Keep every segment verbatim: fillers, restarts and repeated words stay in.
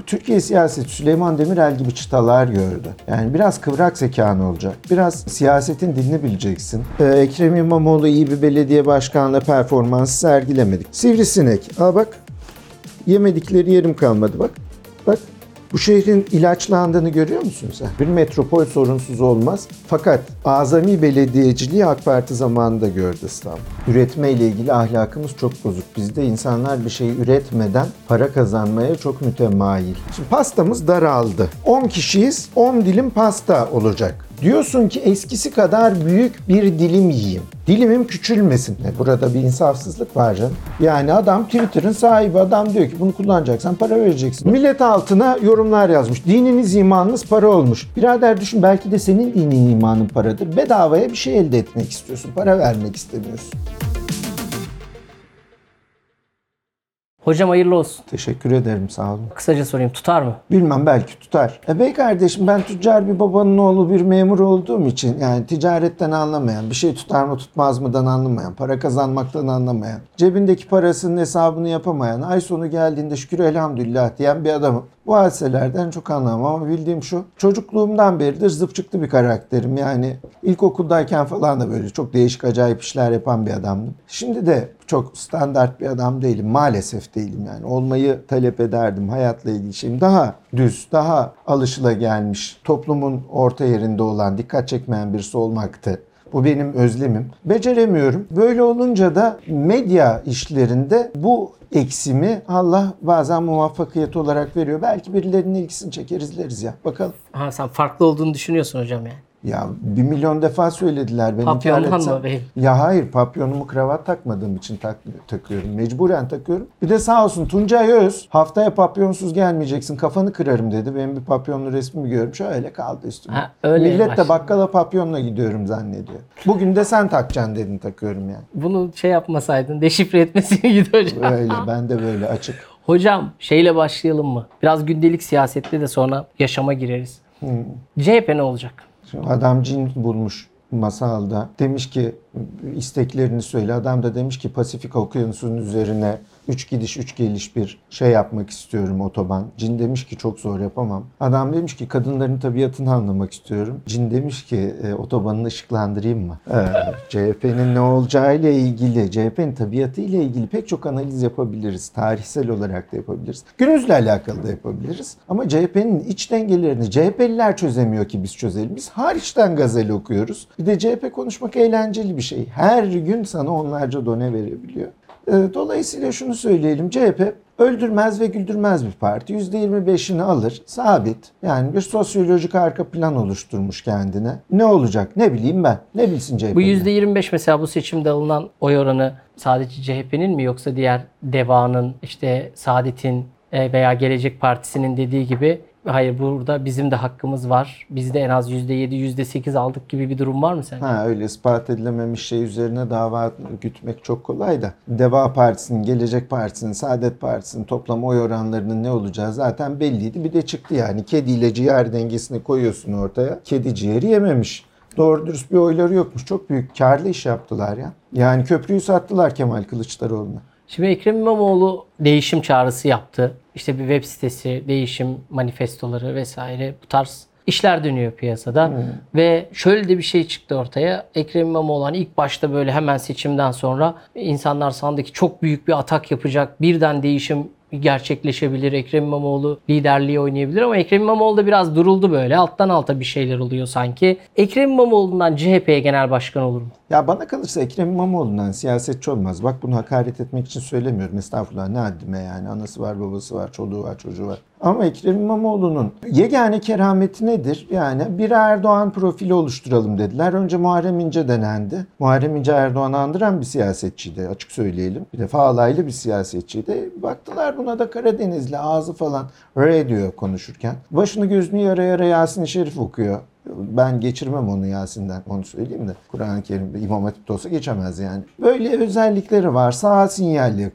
Türkiye siyaseti Süleyman Demirel gibi çıtalar gördü. Yani biraz kıvrak zekan olacak. Biraz siyasetin dilini bileceksin. Ee, Ekrem İmamoğlu iyi bir belediye başkanlığı performansı sergilemedik. Sivrisinek. Aa bak. Yemedikleri yerim kalmadı bak. Bak. Bu şehrin ilaçlandığını görüyor musun sen? Bir metropol sorunsuz olmaz. Fakat azami belediyeciliği AK Parti zamanında gördü İstanbul. Üretme ile ilgili ahlakımız çok bozuk. Bizde insanlar bir şey üretmeden para kazanmaya çok mütemayil. Şimdi pastamız daraldı. on kişiyiz, on dilim pasta olacak. Diyorsun ki eskisi kadar büyük bir dilim yiyeyim. Dilimim küçülmesin. Burada bir insafsızlık var canım. Yani adam Twitter'ın sahibi, adam diyor ki bunu kullanacaksan para vereceksin. Millet altına yorumlar yazmış. Dininiz, imanınız para olmuş. Birader düşün, belki de senin dinin, imanın paradır. Bedavaya bir şey elde etmek istiyorsun. Para vermek istemiyorsun. Hocam hayırlı olsun. Teşekkür ederim, sağ olun. Kısaca sorayım, tutar mı? Bilmem, belki tutar. E bey kardeşim, ben tüccar bir babanın oğlu, bir memur olduğum için, yani ticaretten anlamayan, bir şey tutar mı tutmaz mıdan anlamayan, para kazanmaktan anlamayan, cebindeki parasının hesabını yapamayan, ay sonu geldiğinde şükür elhamdülillah diyen bir adamım. Bu hadiselerden çok anlamam ama bildiğim şu: çocukluğumdan beridir zıp çıktı bir karakterim. Yani ilkokuldayken falan da böyle çok değişik acayip işler yapan bir adamdım. Şimdi de çok standart bir adam değilim. Maalesef değilim yani. Olmayı talep ederdim. Hayatla ilgili şeyim daha düz, daha alışılagelmiş, toplumun orta yerinde olan, dikkat çekmeyen birisi olmaktı. Bu benim özlemim. Beceremiyorum. Böyle olunca da medya işlerinde bu eksimi Allah bazen muvaffakiyet olarak veriyor. Belki birilerinin ilgisini çeker, izleriz ya. Bakalım. Ha, sen farklı olduğunu düşünüyorsun hocam yani. Ya bir milyon defa söylediler. Ben Papyondan mı beyim? Ya hayır, papyonumu kravat takmadığım için tak, takıyorum. Mecburen takıyorum. Bir de sağ olsun Tuncay Öz, haftaya papyonsuz gelmeyeceksin, kafanı kırarım dedi. Benim bir papyonlu resmimi görmüş, öyle kaldı üstüme. Ha, öyle Millet de başladı. bakkala papyonla gidiyorum zannediyor. Bugün de sen takacaksın dedin, takıyorum yani. Bunu şey yapmasaydın, deşifre etmeseydin hocam. Öyle, ben de böyle açık. Hocam şeyle başlayalım mı? Biraz gündelik siyasette de sonra yaşama gireriz. Hmm. C H P ne olacak? Şimdi adam cin bulmuş masalda. Demiş ki isteklerini söyle. Adam da demiş ki Pasifik Okyanusu'nun üzerine üç gidiş üç geliş bir şey yapmak istiyorum, otoban. Cin demiş ki çok zor, yapamam. Adam demiş ki kadınların tabiatını anlamak istiyorum. Cin demiş ki e, otobanını ışıklandırayım mı? Ee, C H P'nin ne olacağıyla ilgili, C H P'nin tabiatı ile ilgili pek çok analiz yapabiliriz. Tarihsel olarak da yapabiliriz. Günümüzle alakalı da yapabiliriz. Ama C H P'nin iç dengelerini C H P'liler çözemiyor ki biz çözelim. Biz hariçten gazel okuyoruz. Bir de C H P konuşmak eğlenceli bir şey. Her gün sana onlarca done verebiliyor. Dolayısıyla şunu söyleyelim: C H P öldürmez ve güldürmez bir parti. yüzde yirmi beşini alır, sabit. Yani bir sosyolojik arka plan oluşturmuş kendine. Ne olacak ne bileyim ben. Ne bilsin C H P? Bu yüzde yirmi beş mesela bu seçimde alınan oy oranı sadece C H P'nin mi, yoksa diğer DEVA'nın, işte Saadet'in veya Gelecek Partisi'nin dediği gibi hayır burada bizim de hakkımız var, biz de en az yüzde yedi yüzde sekiz aldık gibi bir durum var mı sence? Ha, öyle ispat edilememiş şey üzerine dava gütmek çok kolay da. Deva Partisi'nin, Gelecek Partisi'nin, Saadet Partisi'nin toplam oy oranlarının ne olacağı zaten belliydi. Bir de çıktı yani. Kediyle ciğer dengesini koyuyorsun ortaya. Kedi ciğeri yememiş. Doğru dürüst bir oyları yokmuş. Çok büyük karlı iş yaptılar ya. Yani köprüyü sattılar Kemal Kılıçdaroğlu'na. Şimdi Ekrem İmamoğlu değişim çağrısı yaptı. İşte bir web sitesi, değişim manifestoları vesaire, bu tarz işler dönüyor piyasada. Hmm. Ve şöyle de bir şey çıktı ortaya. Ekrem İmamoğlu hani ilk başta böyle hemen seçimden sonra insanlar sandı ki çok büyük bir atak yapacak, birden değişim gerçekleşebilir, Ekrem İmamoğlu liderliği oynayabilir, ama Ekrem İmamoğlu da biraz duruldu böyle. Alttan alta bir şeyler oluyor sanki. Ekrem İmamoğlu'ndan C H P'ye genel başkan olur mu? Ya bana kalırsa Ekrem İmamoğlu'ndan siyasetçi olmaz. Bak, bunu hakaret etmek için söylemiyorum. Estağfurullah, ne haddime yani. Anası var, babası var, çoluğu var, çocuğu var. Ama Ekrem İmamoğlu'nun yegane kerameti nedir? Yani bir Erdoğan profili oluşturalım dediler. Önce Muharrem İnce denendi. Muharrem İnce Erdoğan'ı andıran bir siyasetçiydi, açık söyleyelim. Bir defa alaylı bir siyasetçiydi. Baktılar buna da Karadenizli, ağzı falan R diyor konuşurken. Başını gözünü yara yara Yasin-i Şerif okuyor. Ben geçirmem onu Yasin'den, onu söyleyeyim de. Kur'an-ı Kerim'de İmam Hatip'te olsa geçemez yani. Böyle özellikleri var. Sağa sinyal yakıyor.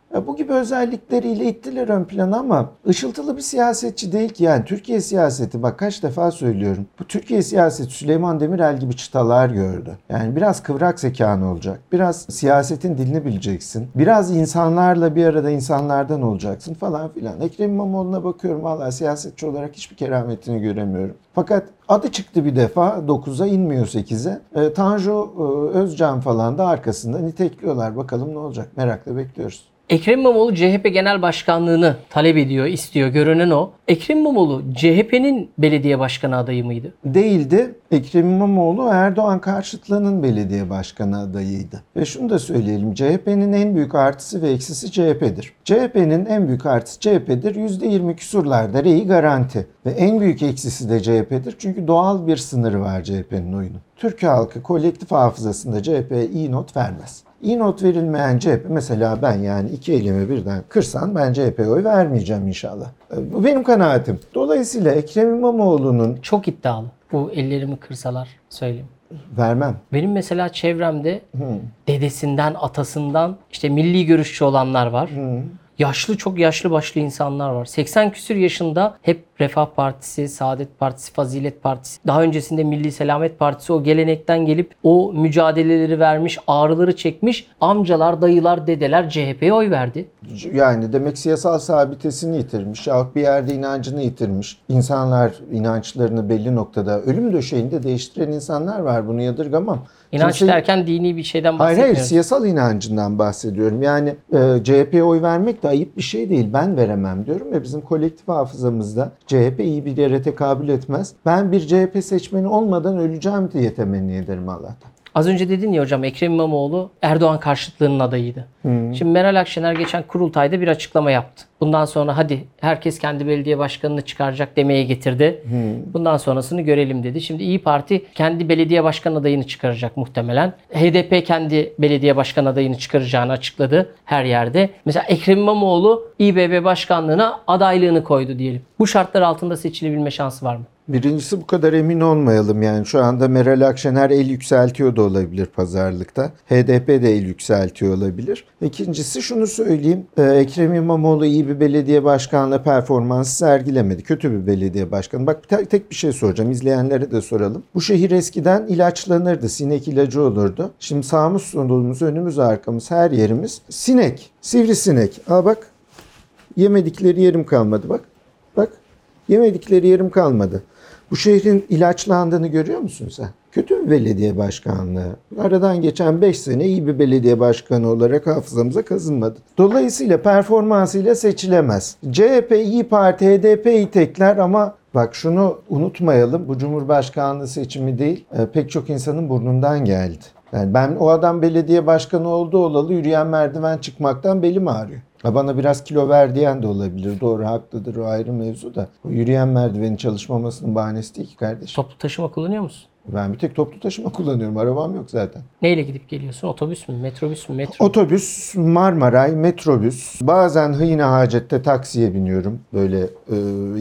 Ya bu gibi özellikleriyle ittiler ön plana ama ışıltılı bir siyasetçi değil ki. Yani Türkiye siyaseti, bak kaç defa söylüyorum. Bu Türkiye siyaseti Süleyman Demirel gibi çıtalar gördü. Yani biraz kıvrak zekan olacak. Biraz siyasetin dilini bileceksin. Biraz insanlarla bir arada insanlardan olacaksın falan filan. Ekrem İmamoğlu'na bakıyorum, vallahi siyasetçi olarak hiçbir kerametini göremiyorum. Fakat adı çıktı bir defa, dokuza inmiyor sekize. E, Tanju e, Özcan falan da arkasında nitekliyorlar. Bakalım ne olacak, merakla bekliyoruz. Ekrem İmamoğlu C H P Genel Başkanlığını talep ediyor, istiyor. Görünen o. Ekrem İmamoğlu C H P'nin belediye başkanı adayı mıydı? Değildi. Ekrem İmamoğlu Erdoğan karşıtlığının belediye başkanı adayıydı. Ve şunu da söyleyelim, C H P'nin en büyük artısı ve eksisi C H P'dir. C H P'nin en büyük artısı C H P'dir. yüzde yirmi küsurlarda reyi garanti. Ve en büyük eksisi de C H P'dir. Çünkü doğal bir sınırı var C H P'nin oyunun. Türk halkı kolektif hafızasında C H P'ye iyi not vermez. İyi not verilmeyen C H P, mesela ben yani iki elimi birden kırsan ben C H P'ye oy vermeyeceğim inşallah. Bu benim kanaatim. Dolayısıyla Ekrem İmamoğlu'nun... Çok iddialı. Bu ellerimi kırsalar söyleyeyim. Vermem. Benim mesela çevremde hmm. dedesinden, atasından işte milli görüşçü olanlar var. Hmm. Yaşlı, çok yaşlı başlı insanlar var. seksen küsür yaşında hep Refah Partisi, Saadet Partisi, Fazilet Partisi, daha öncesinde Milli Selamet Partisi o gelenekten gelip o mücadeleleri vermiş, ağrıları çekmiş amcalar, dayılar, dedeler C H P'ye oy verdi. Yani demek siyasal sabitesini yitirmiş, yahut bir yerde inancını yitirmiş. İnsanlar inançlarını belli noktada ölüm döşeğinde değiştiren insanlar var, bunu yadırgamam. İnanç Kimse... derken dini bir şeyden bahsetmiyoruz. Hayır hayır, siyasal inancından bahsediyorum. Yani e, C H P'ye oy vermek de ayıp bir şey değil. Ben veremem diyorum ve bizim kolektif hafızamızda C H P iyi bir yere tekabül etmez. Ben bir C H P seçmeni olmadan öleceğim diye temenni ederim Allah'tan. Az önce dedin ya hocam, Ekrem İmamoğlu Erdoğan karşıtlığının adayıydı. Hmm. Şimdi Meral Akşener geçen kurultayda bir açıklama yaptı. Bundan sonra hadi herkes kendi belediye başkanını çıkaracak demeye getirdi. Hmm. Bundan sonrasını görelim dedi. Şimdi İYİ Parti kendi belediye başkan adayını çıkaracak muhtemelen. H D P kendi belediye başkan adayını çıkaracağını açıkladı her yerde. Mesela Ekrem İmamoğlu İ B B başkanlığına adaylığını koydu diyelim. Bu şartlar altında seçilebilme şansı var mı? Birincisi bu kadar emin olmayalım yani. Şu anda Meral Akşener el yükseltiyor da olabilir pazarlıkta. H D P de el yükseltiyor olabilir. İkincisi şunu söyleyeyim. Ekrem İmamoğlu iyi bir belediye başkanlığı performansı sergilemedi. Kötü bir belediye başkanı. Bak tek bir şey soracağım. İzleyenlere de soralım. Bu şehir eskiden ilaçlanırdı. Sinek ilacı olurdu. Şimdi sağımız solumuz, önümüz arkamız, her yerimiz sinek. Sivrisinek. Aa bak. Yemedikleri yerim kalmadı bak. Bak. Yemedikleri yerim kalmadı. Bu şehrin ilaçlandığını görüyor musun sen? Kötü bir belediye başkanlığı. Aradan geçen beş sene iyi bir belediye başkanı olarak hafızamıza kazınmadı. Dolayısıyla performansıyla seçilemez. C H P, İYİ Parti, H D P'yi tekler ama bak şunu unutmayalım. Bu Cumhurbaşkanlığı seçimi değil, pek çok insanın burnundan geldi. Yani ben o adam belediye başkanı oldu olalı yürüyen merdiven çıkmaktan belim ağrıyor. Bana biraz kilo ver diyen de olabilir. Doğru, haklıdır, o ayrı mevzu da. O yürüyen merdivenin çalışmamasının bahanesi değil ki kardeşim. Toplu taşıma kullanıyor musun? Ben bir tek toplu taşıma kullanıyorum. Arabam yok zaten. Neyle gidip geliyorsun? Otobüs mü? Metrobüs mü? Metro. Otobüs, Marmaray, metrobüs. Bazen hıyne hacette taksiye biniyorum. Böyle e,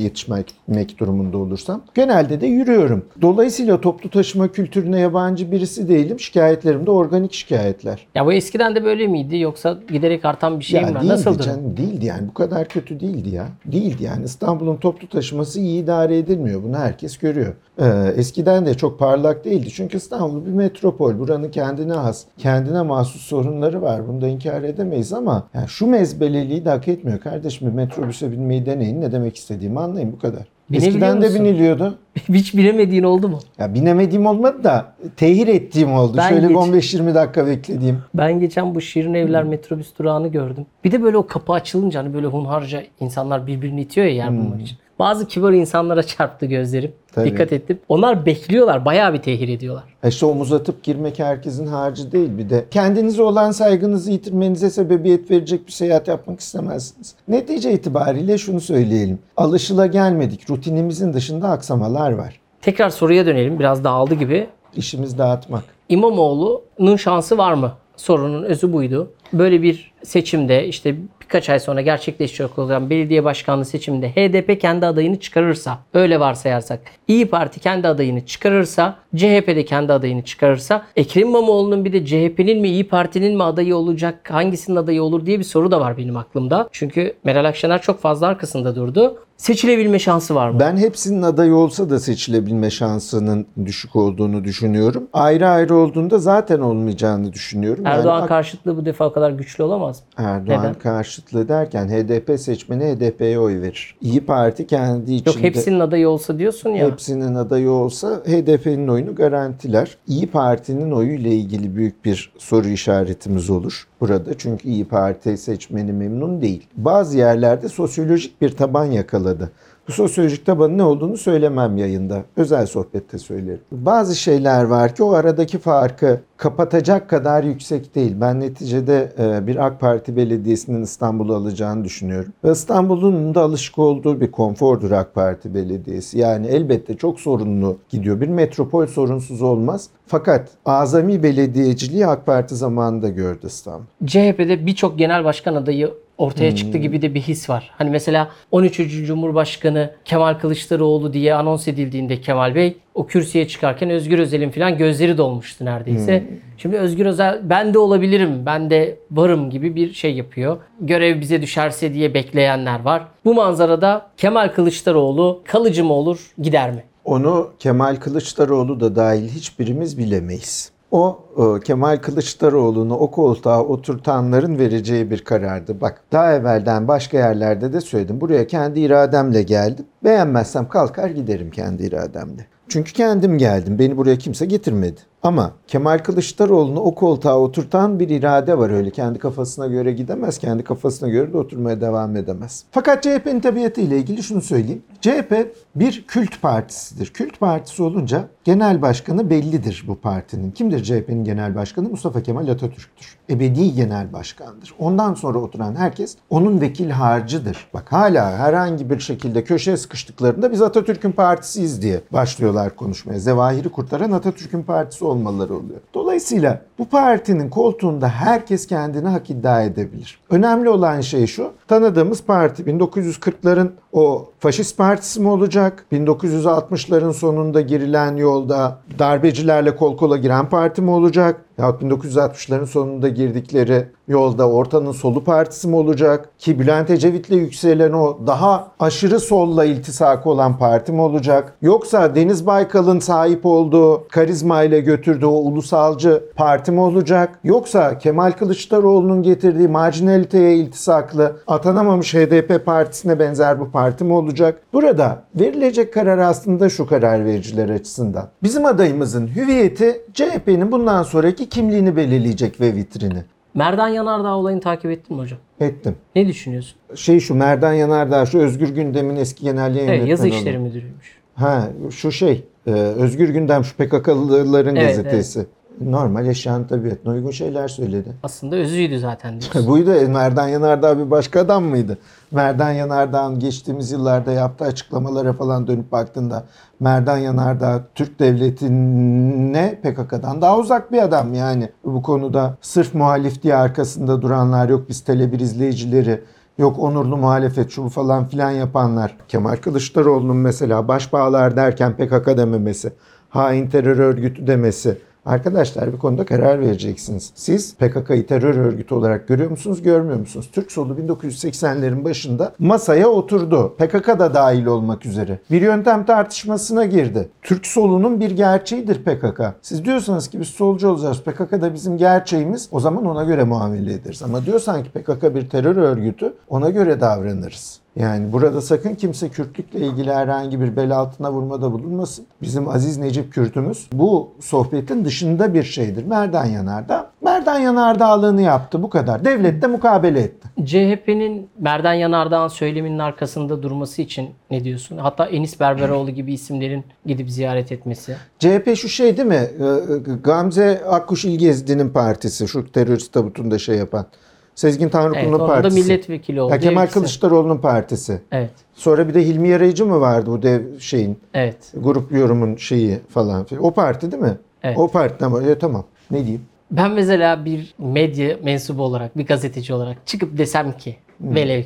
yetişmek durumunda olursam. Genelde de yürüyorum. Dolayısıyla toplu taşıma kültürüne yabancı birisi değilim. Şikayetlerim de organik şikayetler. Ya bu eskiden de böyle miydi? Yoksa giderek artan bir şey ya mi var? Değildi Nasıldı? Canım, değildi yani. Bu kadar kötü değildi ya. Değildi yani. İstanbul'un toplu taşıması iyi idare edilmiyor. Bunu herkes görüyor. Ee, eskiden de çok parlak değildi. Çünkü İstanbul bir metropol. Buranın kendine has, kendine mahsus sorunları var. Bunu da inkar edemeyiz ama yani şu mezbeleliği de hak etmiyor. Kardeşim bir metrobüse binmeyi deneyin. Ne demek istediğimi anlayın, bu kadar. Eskiden de biniliyordu. Hiç binemediğin oldu mu? Ya binemediğim olmadı da tehir ettiğim oldu. Ben Şöyle geç... on beş yirmi dakika beklediğim. Ben geçen bu Şirin Evler hmm. metrobüs durağını gördüm. Bir de böyle o kapı açılınca hani böyle hunharca insanlar birbirini itiyor ya yer bulmak hmm. için. Bazı kibar insanlara çarptı gözlerim. Tabii. Dikkat ettim. Onlar bekliyorlar. Bayağı bir tehir ediyorlar. İşte omuz atıp girmek herkesin harcı değil. Bir de kendinize olan saygınızı yitirmenize sebebiyet verecek bir seyahat yapmak istemezsiniz. Netice itibariyle şunu söyleyelim. Alışılagelmedik. Rutinimizin dışında aksamalar var. Tekrar soruya dönelim. Biraz dağıldı gibi. İşimiz dağıtmak. İmamoğlu'nun şansı var mı? Sorunun özü buydu. Böyle bir seçimde işte birkaç ay sonra gerçekleşecek olan belediye başkanlığı seçiminde H D P kendi adayını çıkarırsa, öyle varsayarsak, İYİ Parti kendi adayını çıkarırsa C H P de kendi adayını çıkarırsa Ekrem İmamoğlu'nun bir de C H P'nin mi İyi Parti'nin mi adayı olacak, hangisinin adayı olur diye bir soru da var benim aklımda. Çünkü Meral Akşener çok fazla arkasında durdu. Seçilebilme şansı var mı? Ben hepsinin adayı olsa da seçilebilme şansının düşük olduğunu düşünüyorum. Ayrı ayrı olduğunda zaten olmayacağını düşünüyorum. Erdoğan Yani karşıtlığı bu defa o kadar güçlü olamaz mı? Erdoğan Neden? karşıtlığı derken H D P seçmeni H D P'ye oy verir. İyi Parti kendi içinde... Yok, hepsinin adayı olsa diyorsun ya. Hepsinin adayı olsa H D P'nin oyunu garantiler. İyi Parti'nin oyu ile ilgili büyük bir soru işaretimiz olur burada. Çünkü İyi Parti seçmeni memnun değil. Bazı yerlerde sosyolojik bir taban yakaladı. Bu sosyolojik tabanın ne olduğunu söylemem yayında. Özel sohbette söylerim. Bazı şeyler var ki o aradaki farkı kapatacak kadar yüksek değil. Ben neticede bir AK Parti belediyesinin İstanbul'u alacağını düşünüyorum. Ve İstanbul'un da alışık olduğu bir konfordur AK Parti belediyesi. Yani elbette çok sorunlu gidiyor. Bir metropol sorunsuz olmaz. Fakat azami belediyeciliği AK Parti zamanında gördü İstanbul. C H P'de birçok genel başkan adayı ortaya çıktı gibi de bir his var. Hani mesela on üçüncü Cumhurbaşkanı Kemal Kılıçdaroğlu diye anons edildiğinde Kemal Bey o kürsüye çıkarken Özgür Özel'in falan gözleri dolmuştu neredeyse. Hmm. Şimdi Özgür Özel ben de olabilirim, ben de varım gibi bir şey yapıyor. Görev bize düşerse diye bekleyenler var. Bu manzarada Kemal Kılıçdaroğlu kalıcı mı olur, gider mi? Onu Kemal Kılıçdaroğlu da dahil hiçbirimiz bilemeyiz. O Kemal Kılıçdaroğlu'nu o koltuğa oturtanların vereceği bir karardı. Bak daha evvelden başka yerlerde de söyledim. Buraya kendi irademle geldim. Beğenmezsem kalkar giderim kendi irademle. Çünkü kendim geldim. Beni buraya kimse getirmedi. Ama Kemal Kılıçdaroğlu'nu o koltuğa oturtan bir irade var öyle. Kendi kafasına göre gidemez, kendi kafasına göre de oturmaya devam edemez. Fakat C H P'nin tabiatı ile ilgili şunu söyleyeyim. C H P bir kült partisidir. Kült partisi olunca genel başkanı bellidir bu partinin. Kimdir C H P'nin genel başkanı? Mustafa Kemal Atatürk'tür. Ebedi genel başkandır. Ondan sonra oturan herkes onun vekil harcıdır. Bak hala herhangi bir şekilde köşeye sıkıştıklarında biz Atatürk'ün partisiyiz diye başlıyorlar konuşmaya. Zevahiri kurtaran Atatürk'ün partisi olmaları oluyor. Dolayısıyla bu partinin koltuğunda herkes kendini hak iddia edebilir. Önemli olan şey şu, tanıdığımız parti bin dokuz yüz kırkların o faşist partisi mi olacak? bin dokuz yüz altmışların sonunda girilen yolda darbecilerle kol kola giren parti mi olacak? Yahut bin dokuz yüz altmışların sonunda girdikleri yolda ortanın solu partisi mi olacak? Ki Bülent Ecevit'le yükselen o daha aşırı solla iltisakı olan parti mi olacak? Yoksa Deniz Baykal'ın sahip olduğu, karizmayla götürdüğü o ulusalcı parti mi olacak? Yoksa Kemal Kılıçdaroğlu'nun getirdiği marjinaliteye iltisaklı atanamamış H D P partisine benzer bu parti mi olacak? Burada verilecek karar aslında şu karar vericiler açısından. Bizim adayımızın hüviyeti C H P'nin bundan sonraki kimliğini belirleyecek ve vitrini. Merdan Yanardağ olayını takip ettin mi hocam? Ettim. Ne düşünüyorsun? Şey şu Merdan Yanardağ şu Özgür Gündem'in eski genel yayın Evet, yazı yönetmeni işleri olan. müdürüymüş. Ha şu şey e, Özgür Gündem şu P K K'lıların Evet, gazetesi. Normal yaşayan tabiatına uygun şeyler söyledi. Aslında özüydü zaten diyorsun. Buydu. E, Merdan Yanardağ bir başka adam mıydı? Merdan Yanardağ'ın geçtiğimiz yıllarda yaptığı açıklamalara falan dönüp baktığında Merdan Yanardağ Türk devletine P K K'dan daha uzak bir adam yani. Bu konuda sırf muhalif diye arkasında duranlar yok biz Tele bir izleyicileri yok onurlu muhalefet şu falan filan yapanlar. Kemal Kılıçdaroğlu'nun mesela başbağlar derken P K K dememesi, hain terör örgütü demesi. Arkadaşlar bir konuda karar vereceksiniz. Siz P K K'yı terör örgütü olarak görüyor musunuz, görmüyor musunuz? Türk solu bin dokuz yüz seksenlerin başında masaya oturdu. P K K da dahil olmak üzere. Bir yöntem tartışmasına girdi. Türk solunun bir gerçeğidir P K K. Siz diyorsanız ki biz solcu olacağız, P K K da bizim gerçeğimiz, o zaman ona göre muamele ederiz. Ama diyorsan ki P K K bir terör örgütü, ona göre davranırız. Yani burada sakın kimse Kürtlükle ilgili herhangi bir bel altına vurmada bulunmasın. Bizim Aziz Necip Kürt'ümüz bu sohbetin dışında bir şeydir. Merdan Yanardağ. Merdan Yanardağ'lığını yaptı bu kadar. Devlet de mukabele etti. C H P'nin Merdan Yanardağ'ın söyleminin arkasında durması için ne diyorsun? Hatta Enis Berberoğlu gibi isimlerin gidip ziyaret etmesi. C H P şu şey değil mi? Gamze Akkuş İlgezdi'nin partisi. Şu terörist tabutunda şey yapan. Sezgin Tanrıkulu'nun evet, partisi. Evet, milletvekili oldu. Ya Kemal ikisi. Kılıçdaroğlu'nun partisi. Evet. Sonra bir de Hilmi Yarayıcı mı vardı bu dev şeyin? Evet. Grup yorumun şeyi falan. O parti değil mi? Evet. O partiden var. E, tamam. Ne diyeyim? Ben mesela bir medya mensubu olarak, bir gazeteci olarak çıkıp desem ki, hmm. velev ki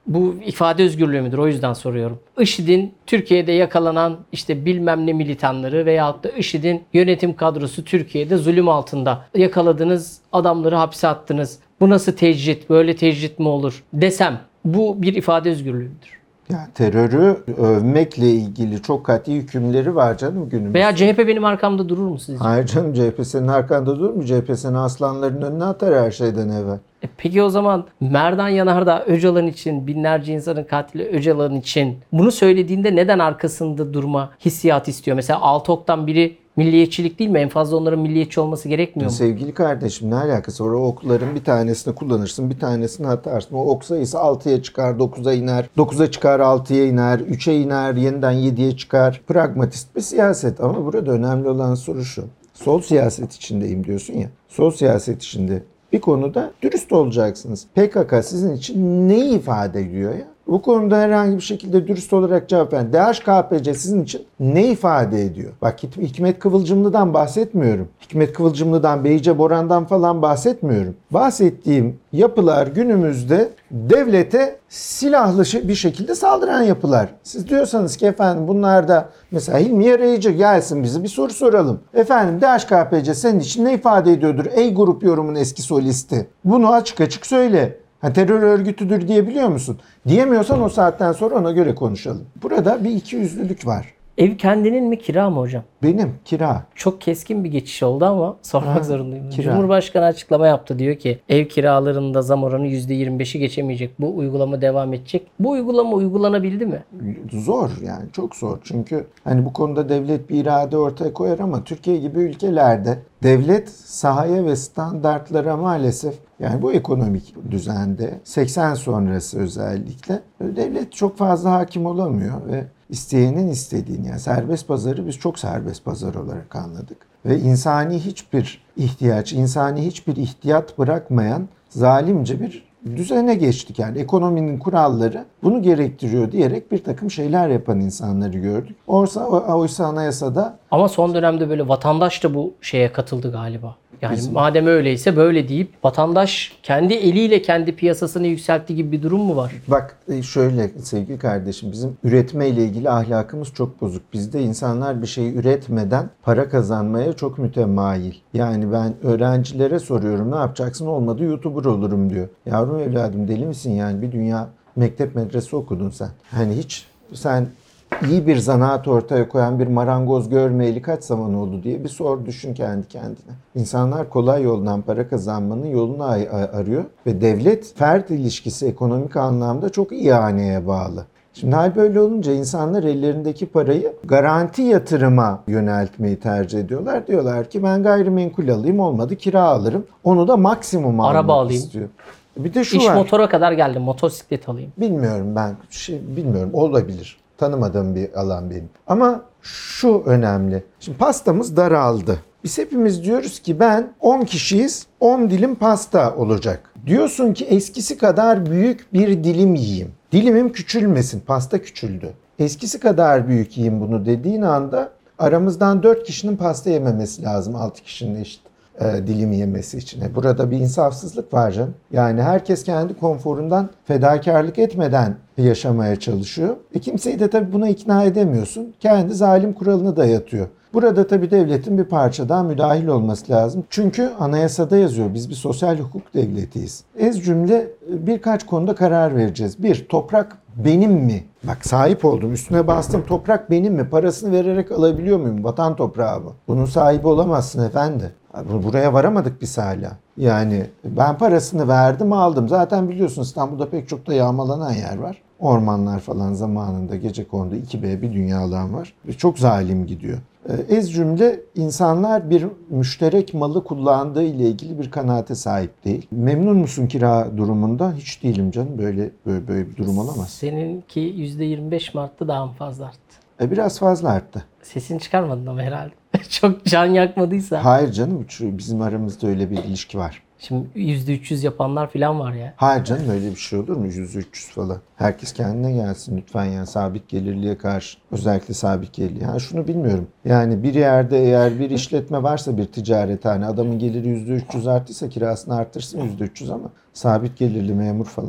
Bu ifade özgürlüğü müdür? O yüzden soruyorum. IŞİD'in Türkiye'de yakalanan işte bilmem ne militanları veyahut da IŞİD'in yönetim kadrosu Türkiye'de zulüm altında. Yakaladınız, adamları hapse attınız. Bu nasıl tecrit? Böyle tecrit mi olur? Desem bu bir ifade özgürlüğü müdür? Yani terörü övmekle ilgili çok katı hükümleri var canım günümüzde. Veya C H P benim arkamda durur mu sizce? Hayır canım, C H P senin arkanda durur mu? C H P seni aslanların önüne atar her şeyden evvel. E peki o zaman Merdan Yanardağ Öcalan için, binlerce insanın katili Öcalan için bunu söylediğinde neden arkasında durma hissiyat istiyor? Mesela Altıok'tan biri milliyetçilik değil mi? En fazla onların milliyetçi olması gerekmiyor mu? Sevgili kardeşim, ne alakası var? O okların bir tanesini kullanırsın, bir tanesini atarsın. O ok sayısı altıya çıkar, dokuza iner, dokuza çıkar, altıya iner, üçe iner, yeniden yediye çıkar. Pragmatist bir siyaset ama burada önemli olan soru şu. Sol siyaset içindeyim diyorsun ya. Sol siyaset içinde bir konuda dürüst olacaksınız. P K K sizin için ne ifade ediyor ya? Bu konuda herhangi bir şekilde dürüst olarak cevap verin. D H K P C sizin için ne ifade ediyor? Bak, Hikmet Kıvılcımlı'dan bahsetmiyorum. Hikmet Kıvılcımlı'dan, Beyce Boran'dan falan bahsetmiyorum. Bahsettiğim yapılar günümüzde devlete silahlı bir şekilde saldıran yapılar. Siz diyorsanız ki efendim bunlar da mesela Hilmi Yarayıcı gelsin bize bir soru soralım. Efendim D H K P C senin için ne ifade ediyordur? Ey Grup Yorum'un eski solisti. Bunu açık açık söyle. Ha, terör örgütüdür diyebiliyor musun? Diyemiyorsan o saatten sonra ona göre konuşalım. Burada bir ikiyüzlülük var. Ev kendinin mi, kira mı hocam? Benim kira. Çok keskin bir geçiş oldu ama sormak Ha, zorundayım. kira. Cumhurbaşkanı açıklama yaptı. Diyor ki ev kiralarında zam oranı yüzde yirmi beşi geçemeyecek. Bu uygulama devam edecek. Bu uygulama uygulanabildi mi? Zor yani, çok zor. Çünkü hani bu konuda devlet bir irade ortaya koyar ama Türkiye gibi ülkelerde devlet sahaya ve standartlara maalesef, yani bu ekonomik düzende seksen sonrası özellikle devlet çok fazla hakim olamıyor ve isteyenin istediğini, yani serbest pazarı biz çok serbest pazar olarak anladık. Ve insani hiçbir ihtiyaç, insani hiçbir ihtiyat bırakmayan zalimce bir düzene geçtik. Yani ekonominin kuralları bunu gerektiriyor diyerek bir takım şeyler yapan insanları gördük. Oysa, oysa anayasada... Ama son dönemde böyle vatandaş da bu şeye katıldı galiba. Yani Bizim... madem öyleyse böyle deyip vatandaş kendi eliyle kendi piyasasını yükselttiği gibi bir durum mu var? Bak şöyle sevgili kardeşim, bizim üretme ile ilgili ahlakımız çok bozuk. Bizde insanlar bir şey üretmeden para kazanmaya çok mütemayil. Yani ben öğrencilere soruyorum, ne yapacaksın? Olmadı YouTuber olurum diyor. Yavrum evladım, deli misin yani? Bir dünya mektep medrese okudun sen. Hani hiç sen iyi bir zanaat ortaya koyan bir marangoz görmeyeli kaç zaman oldu diye bir sor, düşün kendi kendine. İnsanlar kolay yoldan para kazanmanın yolunu arıyor ve devlet fert ilişkisi ekonomik anlamda çok ihaneye bağlı. Şimdi hal böyle olunca insanlar ellerindeki parayı garanti yatırıma yöneltmeyi tercih ediyorlar. Diyorlar ki ben gayrimenkul alayım, olmadı kira alırım. Onu da maksimum almak Araba alayım. istiyor. Bir de şu İş var. motora kadar geldim. Motosiklet alayım. Bilmiyorum ben. Şey, bilmiyorum. Olabilir. Tanımadığım bir alan benim. Ama şu önemli. Şimdi pastamız daraldı. Biz hepimiz diyoruz ki ben on kişiyiz, on dilim pasta olacak. Diyorsun ki eskisi kadar büyük bir dilim yiyeyim. Dilimim küçülmesin. Pasta küçüldü. Eskisi kadar büyük yiyeyim bunu dediğin anda aramızdan dört kişinin pasta yememesi lazım. altı kişinin eşit e, dilimi yemesi için. E, burada bir insafsızlık var canım. Yani herkes kendi konforundan fedakarlık etmeden yaşamaya çalışıyor. E, kimseyi de tabii buna ikna edemiyorsun. Kendi zalim kuralını dayatıyor. Burada tabii devletin bir parça daha müdahil olması lazım. Çünkü anayasada yazıyor. Biz bir sosyal hukuk devletiyiz. Ez cümle birkaç konuda karar vereceğiz. Bir, toprak benim mi? Bak sahip oldum, üstüne bastım. Toprak benim mi? Parasını vererek alabiliyor muyum? Vatan toprağı bu. Bunun sahibi olamazsın efendi. Buraya varamadık biz hala. Yani ben parasını verdim, aldım. Zaten biliyorsun İstanbul'da pek çok da yağmalanan yer var. Ormanlar falan zamanında gecekondu iki B bir dünya alan var. Ve çok zalim gidiyor. Ez cümle insanlar bir müşterek malı kullandığı ile ilgili bir kanaate sahip değil. Memnun musun kira durumundan? Hiç değilim canım. Böyle böyle, böyle bir durum olamaz. Seninki yüzde yirmi beş mi arttı, daha mı fazla arttı? E biraz fazla arttı. Sesini çıkarmadın ama herhalde. Çok can yakmadıysa. Hayır canım, bizim aramızda öyle bir ilişki var. Şimdi yüzde üç yüz yapanlar falan var ya. Hayır canım, öyle bir şey olur mu? yüz üç yüz falan. Herkes kendine gelsin lütfen yani, sabit gelirliğe karşı. Özellikle sabit gelirliğe. Yani şunu bilmiyorum. Yani bir yerde eğer bir işletme varsa, bir ticarethane, adamın geliri yüzde üç yüz arttıysa kirasını arttırsın yüzde üç yüz ama sabit gelirli memur falan.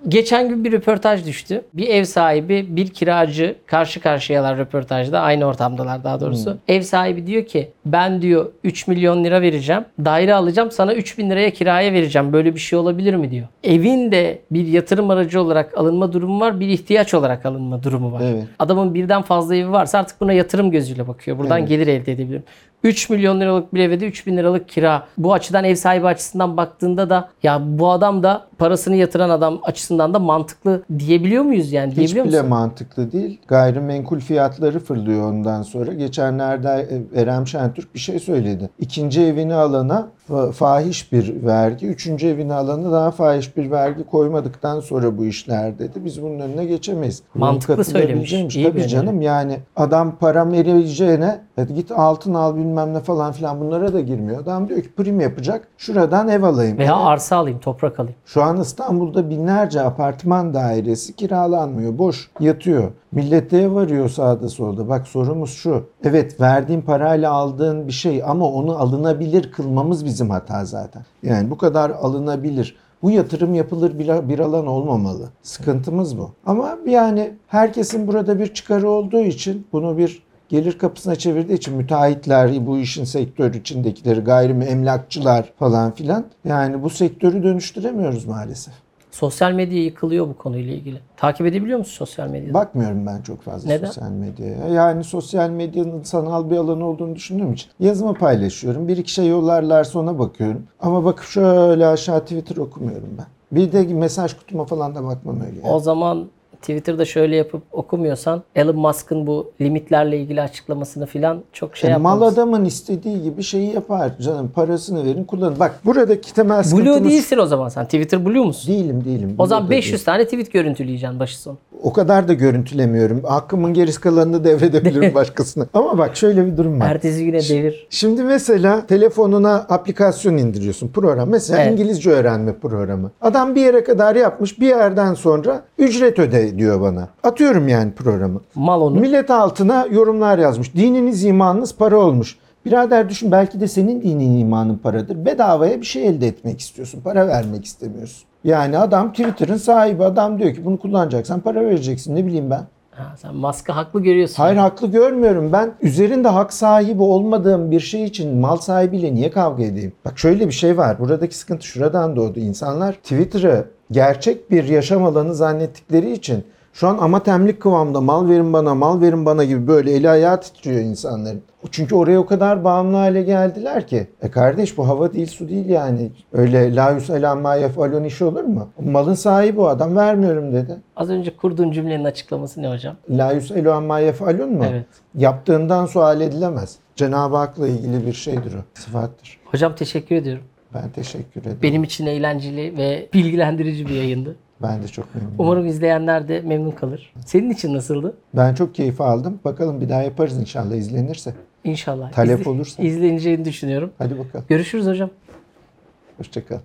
Geçen gün bir röportaj düştü. Bir ev sahibi, bir kiracı karşı karşıyalar röportajda. Aynı ortamdalar daha doğrusu. Hmm. Ev sahibi diyor ki ben diyor üç milyon lira vereceğim. Daire alacağım, sana üç bin liraya kiraya vereceğim. Böyle bir şey olabilir mi diyor. Evin de bir yatırım aracı olarak alınma durumu var. Bir ihtiyaç olarak alınma durumu var. Evet. Adamın birden fazla evi varsa artık buna yatırım gözüyle bakıyor. Buradan Evet. gelir elde edebilirim. üç milyon liralık bir eve de üç bin liralık kira. Bu açıdan ev sahibi açısından baktığında da ya bu adam da parasını yatıran adam açısından da mantıklı diyebiliyor muyuz yani? Hiç Diyebiliyor bile musun? mantıklı değil. Gayrimenkul fiyatları fırlıyor ondan sonra. Geçenlerde Erem Şentürk bir şey söyledi. İkinci evini alana fa- fahiş bir vergi, üçüncü evini alana daha fahiş bir vergi koymadıktan sonra bu işler dedi. Biz bunun önüne geçemeyiz. Buna Mantıklı katılabileceğim söylemiş. iş. İyi Tabii bir canım yani adam para vereceğine "Hadi git altın al bilmem ne falan filan bunlara da girmiyor. Adam diyor ki prim yapacak. Şuradan ev alayım. Veya Evet. arsa alayım, toprak alayım. Şu an İstanbul'da binlerce apartman dairesi kiralanmıyor. Boş yatıyor. Millete ev arıyor sağda solda. Bak sorumuz şu. Evet verdiğin parayla aldığın bir şey ama onu alınabilir kılmamız bizim hata zaten. Yani bu kadar alınabilir. Bu yatırım yapılır bir, bir alan olmamalı. Sıkıntımız bu. Ama yani herkesin burada bir çıkarı olduğu için bunu bir gelir kapısına çevirdiği için müteahhitler, bu işin sektör içindekileri, gayriemlakçılar falan filan yani bu sektörü dönüştüremiyoruz maalesef. Sosyal medya yıkılıyor bu konuyla ilgili. Takip edebiliyor musun sosyal medyada? Bakmıyorum ben çok fazla Neden? sosyal medyaya. Yani sosyal medyanın sanal bir alan olduğunu düşündüğüm için yazımı paylaşıyorum. Bir iki şey yollarlar sonra bakıyorum. Ama bakıp şöyle aşağı Twitter okumuyorum ben. Bir de mesaj kutuma falan da bakmam öyle. Yani. O zaman Twitter'da şöyle yapıp okumuyorsan Elon Musk'ın bu limitlerle ilgili açıklamasını filan çok şey E, mal yapmamız. adamın istediği gibi şeyi yapar. Canım parasını verin kullanın. Bak buradaki temel sıkıntımız... Blue değilsin o zaman sen. Twitter Blue musun? Değilim değilim. O zaman Blue da beş yüz değilim. tane tweet görüntüleyeceksin başı sonu. O kadar da görüntülemiyorum. Hakkımın geri kalanını devredebilirim başkasına. Ama bak şöyle bir durum var. Ertesi güne devir. Şimdi mesela telefonuna aplikasyon indiriyorsun program. Mesela Evet. İngilizce öğrenme programı. Adam bir yere kadar yapmış bir yerden sonra ücret öde diyor bana. Atıyorum yani programı. Mal onu. Millet altına yorumlar yazmış. Dininiz imanınız para olmuş. Birader düşün belki de senin dinin imanın paradır. Bedavaya bir şey elde etmek istiyorsun. Para vermek istemiyorsun. Yani adam Twitter'ın sahibi adam diyor ki bunu kullanacaksan para vereceksin ne bileyim ben. Ha, sen Musk'ı haklı görüyorsun. Hayır haklı görmüyorum. Ben üzerinde hak sahibi olmadığım bir şey için mal sahibiyle niye kavga edeyim? Bak şöyle bir şey var. Buradaki sıkıntı şuradan doğdu. İnsanlar Twitter'ı gerçek bir yaşam alanı zannettikleri için şu an amatemlik kıvamda mal verin bana, mal verin bana gibi böyle eli ayağı titriyor insanların. Çünkü oraya o kadar bağımlı hale geldiler ki. E kardeş bu hava değil su değil yani. Öyle la yus'elen ma yef'alun işi olur mu? Malın sahibi o adam vermiyorum dedi. Az önce kurduğun cümlenin açıklaması ne hocam? La yus'elen ma yef'alun mu? Evet. Yaptığından sual edilemez. Cenab-ı Hak'la ilgili bir şeydir o. Sıfattır. Hocam teşekkür ediyorum. Ben teşekkür ederim. Benim için eğlenceli ve bilgilendirici bir yayındı. Ben de çok memnunum. Umarım izleyenler de memnun kalır. Senin için nasıldı? Ben çok keyif aldım. Bakalım bir daha yaparız inşallah izlenirse. İnşallah. Talep İzle- olursa. İzleneceğini düşünüyorum. Hadi bakalım. Görüşürüz hocam. Hoşçakal.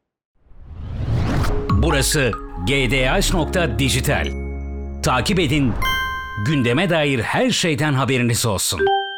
Burası G D H nokta dijital. Takip edin, gündeme dair her şeyden haberiniz olsun.